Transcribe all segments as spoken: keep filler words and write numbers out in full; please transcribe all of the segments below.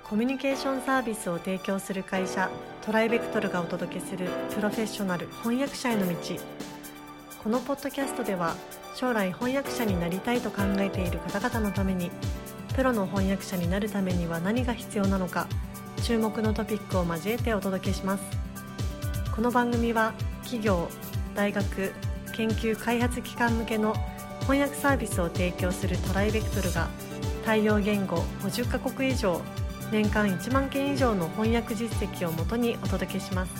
コミュニケーションサービスを提供する会社トライベクトルがお届けするプロフェッショナル翻訳者への道。このポッドキャストでは将来翻訳者になりたいと考えている方々のために、プロの翻訳者になるためには何が必要なのか、注目のトピックを交えてお届けします。この番組は企業、大学、研究開発機関向けの翻訳サービスを提供するトライベクトルが対応言語ごじゅっカ国以上、年間いちまんけん以上の翻訳実績をもとにお届けします。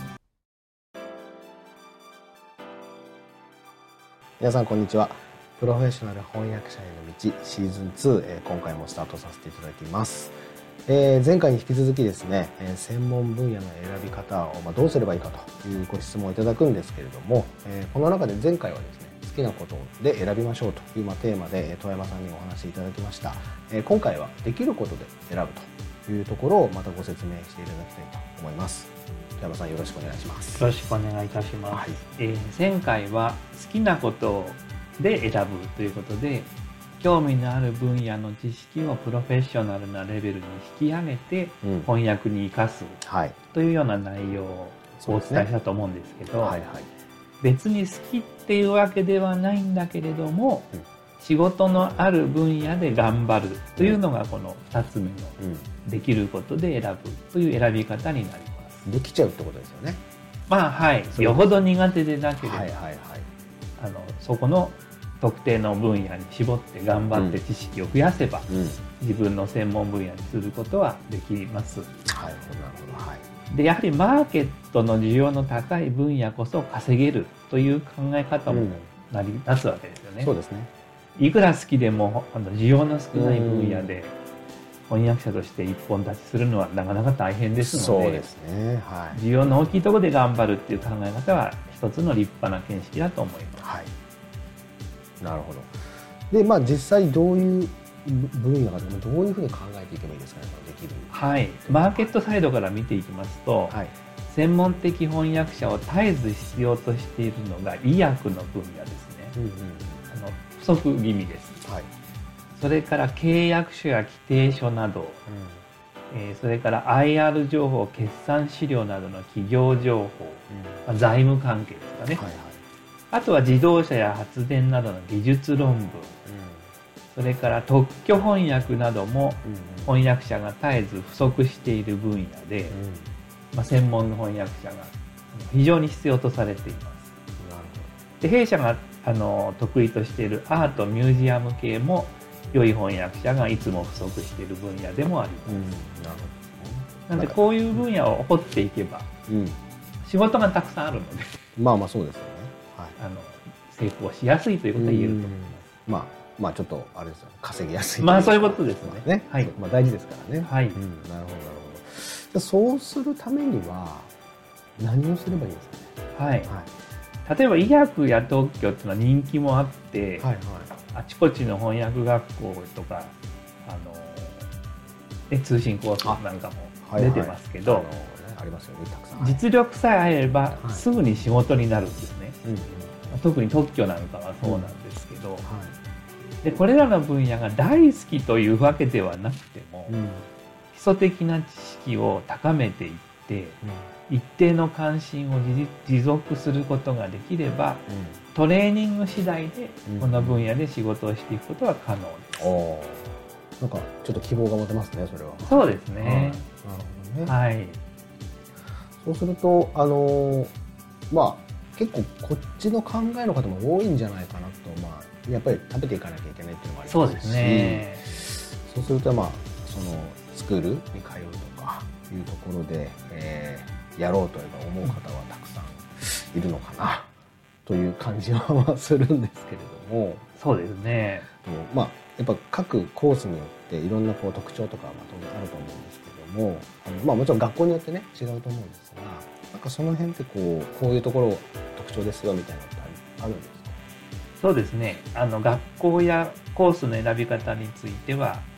皆さんこんにちは。プロフェッショナル翻訳者への道シーズンツー、えー、今回もスタートさせていただきます。えー、前回に引き続きですね、えー、専門分野の選び方を、まあ、どうすればいいかというご質問をいただくんですけれども、えー、この中で前回はですね、好きなことで選びましょうという、まあ、テーマで遠山さんにお話しいただきました。えー、今回はできることで選ぶというところをまたご説明していただきたいと思います。遠山さん、よろしくお願いします。 よろしくお願いいたします。はい、えー、前回は好きなことで選ぶということで、興味のある分野の知識をプロフェッショナルなレベルに引き上げて翻訳に生かすというような内容をお伝えしたと思うんですけど、はいはい、別に好きっていうわけではないんだけれども、うん、仕事のある分野で頑張るというのがこのふたつめのできることで選ぶという選び方になります。 できちゃうってことですよね。 まあはい、よほど苦手でなければ、はいはいはい、あのそこの特定の分野に絞って頑張って知識を増やせば、うん、自分の専門分野にすることはできます。 はい、なるほど。はい。でやはりマーケットの需要の高い分野こそ稼げるという考え方も成り立つわけですよね。 うん、そうですね。 いくら好きでもあの需要の少ない分野で翻訳者として一本立ちするのはなかなか大変ですので、 そうですね。はい。 需要の大きいところで頑張るっていう考え方は一つの立派な見識だと思います。 はい。なるほど。で、まあ実際どういう分野がどういうふうに考えていけばいいですかね、できる。 はい。マーケットサイドから見ていきますと、はい、専門的翻訳者を絶えず必要としているのが医薬の分野ですね。うんうん、あの不足気味です。はい。それから契約書や規定書など、うんえー、それから アイアール 情報、決算資料などの企業情報、うんまあ、財務関係ですかね。はいはい、あとは自動車や発電などの技術論文、うん、それから特許翻訳なども翻訳者が絶えず不足している分野で、うんまあ、専門の翻訳者が非常に必要とされています。なるほど。で、弊社があの得意としているアート・ミュージアム系も良い翻訳者がいつも不足している分野でもあります。うん、なるほど。なのでこういう分野を掘っていけば、うん、仕事がたくさんあるので、 まあまあそうですよね。 はい、あの成功しやすいということは言えると思います。 まあまあちょっとあれですよね、稼ぎやすい。 まあそういうことですね。 ね、はい、まあ大事ですからね。 はい。うん、 なるほどなるほど。そうするためには何をすればいいですかね。 はい。はい、例えば医薬や特許っていうのは人気もあって、はいはい、あちこちの翻訳学校とかあの、ね、通信コースなんかも出てますけど。はいはい、 ありますよね、たくさん。 実力さえあればすぐに仕事になるんですね。はいうん、特に特許なんかはそうなんですけど、うんはい、でこれらの分野が大好きというわけではなくても、うん、基礎的な知識を高めていって、うん、一定の関心を持続することができれば、うん、トレーニング次第でこの分野で仕事をしていくことは可能です。 うん、なんかちょっと希望が持てますね、それは。 そうですね。なるほどね。はい。 そうすると、あのー、まあ結構こっちの考えの方も多いんじゃないかなと、まあやっぱり食べていかなきゃいけないっていうのもありますし、 そうですね。 そうするとまあそのスクールに通うとかいうところで、えー、やろうと思う方はたくさんいるのかなという感じはするんですけれども、 そうですね。 まあやっぱ各コースによっていろんなこう特徴とかは当然あると思うんですけども、あのまあもちろん学校によってね違うと思うんですが、なんかその辺ってこうこういうところ特徴ですよみたいなのってあるんですか？ そうですね。あの学校やコースの選び方については、はい、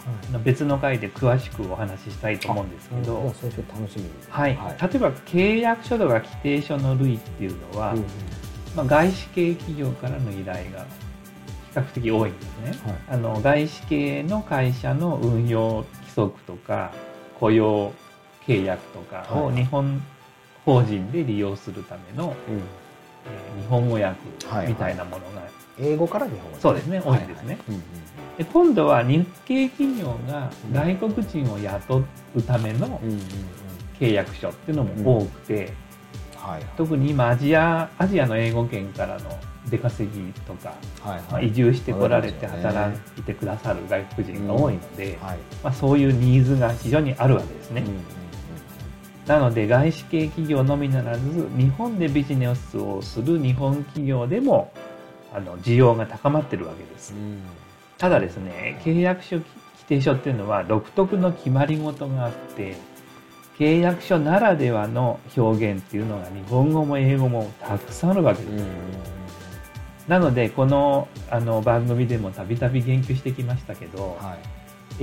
別の回で詳しくお話ししたいと思うんですけど、 そういう楽しみに、 はい、はい、例えば契約書とか規定書の類っていうのは、うんうんまあ、外資系企業からの依頼が比較的多いんですね。はい、あの外資系の会社の運用規則とか雇用契約とかを日本法人で利用するための、はいえー、日本語訳みたいなものが、はいはい、 英語から日本語そうですね多いですね、はいはいで今度は日系企業が外国人を雇うための契約書っていうのも多くて、はい、特に今アジア、アジアの英語圏からの出稼ぎとか、はいはいまあ、移住してこられて働いてくださる外国人が多いので、うんはいまあ、そういうニーズが非常にあるわけですね、うんうんうん、なので外資系企業のみならず日本でビジネスをする日本企業でもあの需要が高まってるわけです、うんただですね、契約書規定書っていうのは独特の決まり事があって、契約書ならではの表現っていうのが日本語も英語もたくさんあるわけです。うんなので、この、あの番組でもたびたび言及してきましたけど、はい、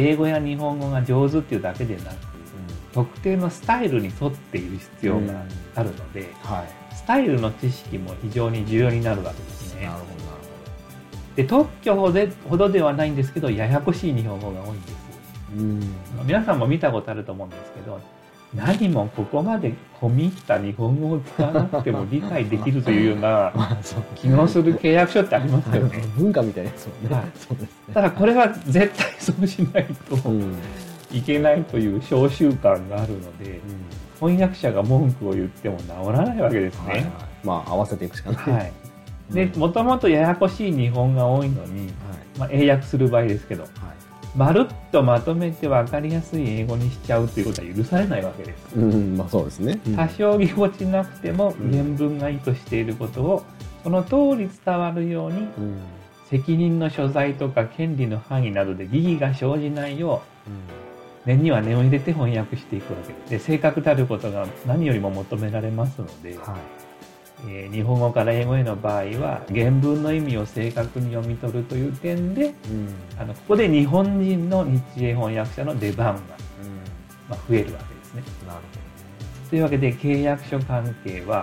英語や日本語が上手っていうだけでなく、うん、特定のスタイルに沿っている必要があるので、うんはい、スタイルの知識も非常に重要になるわけですね。なるほどで特許ほど、ほどではないんですけどややこしい日本語が多いんです、うん、皆さんも見たことあると思うんですけど何もここまで込み入った日本語を使わなくても理解できるというような気のする契約書ってありますよね文化みたいですもんね、はい、そうですねただこれは絶対そうしないといけないという召集感があるので、うん、翻訳者が文句を言っても治らないわけですね、はいはい、 まあ合わせていくしかない、はいでもともとややこしい日本が多いのに、はいまあ、英訳する場合ですけど、はい、まるっとまとめて分かりやすい英語にしちゃうということは許されないわけです、 うんまあ、そうですね、 うん、多少ぎこちなくても原文が意図していることをその通り伝わるように、うん、責任の所在とか権利の範囲などで疑義が生じないよう、うん、念には念を入れて翻訳していくわけです。で正確たることが何よりも求められますので、はいえー、日本語から英語への場合は原文の意味を正確に読み取るという点で、うん、あのここで日本人の日英翻訳者の出番が、うんまあ、増えるわけですね。なるほど。というわけで契約書関係は、はい、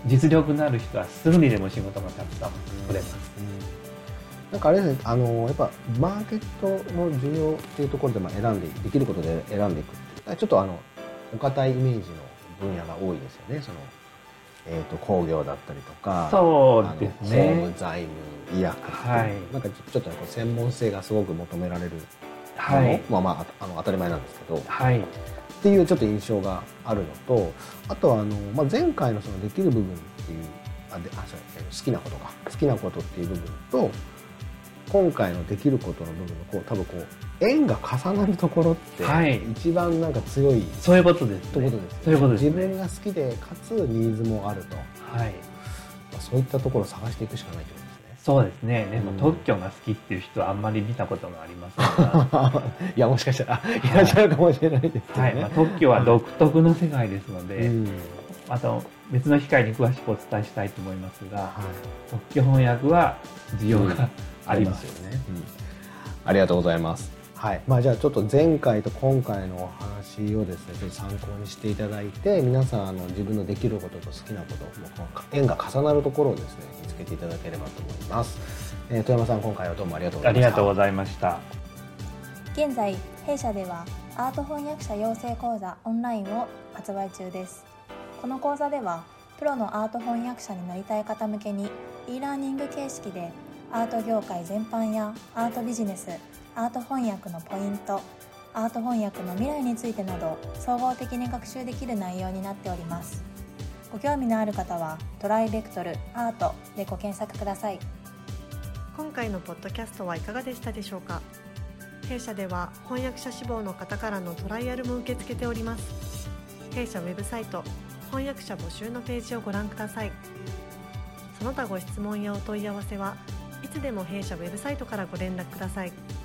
実力のある人はすぐにでも仕事がたくさん取れます。うんうんなんかあれですね、あのやっぱマーケットの需要っていうところでまあ選んでできることで選んでいくっていうちょっとあのお堅いイメージの分野が多いですよね。そのえー、と工業だったりとかそうですね、 法務財務医薬、はい、なんかちょっと、ね、こう専門性がすごく求められるもの、はいまあまあ、あの当たり前なんですけど、はい、っていうちょっと印象があるのとあとはあの、まあ、前回のそのできる部分っていうあであ好きなことか好きなことっていう部分と今回のできることの部分のこう多分こう縁が重なるところって一番なんか強い、はい、 そういうことです、 ね、そういうことです、ね、自分が好きでかつニーズもあると、はいまあ、そういったところを探していくしかないということですね。 そうですね。でも、うん、特許が好きっていう人はあんまり見たことがありませんがいやもしかしたらいらっしゃるかもしれないですけどね、はいまあ、 特許は独特の世界ですので、うん、あと別の機会に詳しくお伝えしたいと思いますが、はい、特許翻訳は需要が、うん、ありますよね、うん、 ありがとうございます。はいまあ、じゃあちょっと前回と今回のお話をですねちょっと参考にしていただいて皆さんあの自分のできることと好きなこと縁が重なるところをですね見つけていただければと思います、えー、富山さん今回はどうもありがとうございました。 ありがとうございました。 現在弊社ではアート翻訳者養成講座オンラインを発売中です。この講座ではプロのアート翻訳者になりたい方向けに e ラーニング形式でアート業界全般やアートビジネスアート翻訳のポイント、アート翻訳の未来についてなど総合的に学習できる内容になっております。ご興味のある方はトライベクトルアートでご検索ください。 今回のポッドキャストはいかがでしたでしょうか。弊社では翻訳者志望の方からのトライアルも受け付けております。弊社ウェブサイト翻訳者募集のページをご覧ください。その他ご質問やお問い合わせはいつでも弊社ウェブサイトからご連絡ください。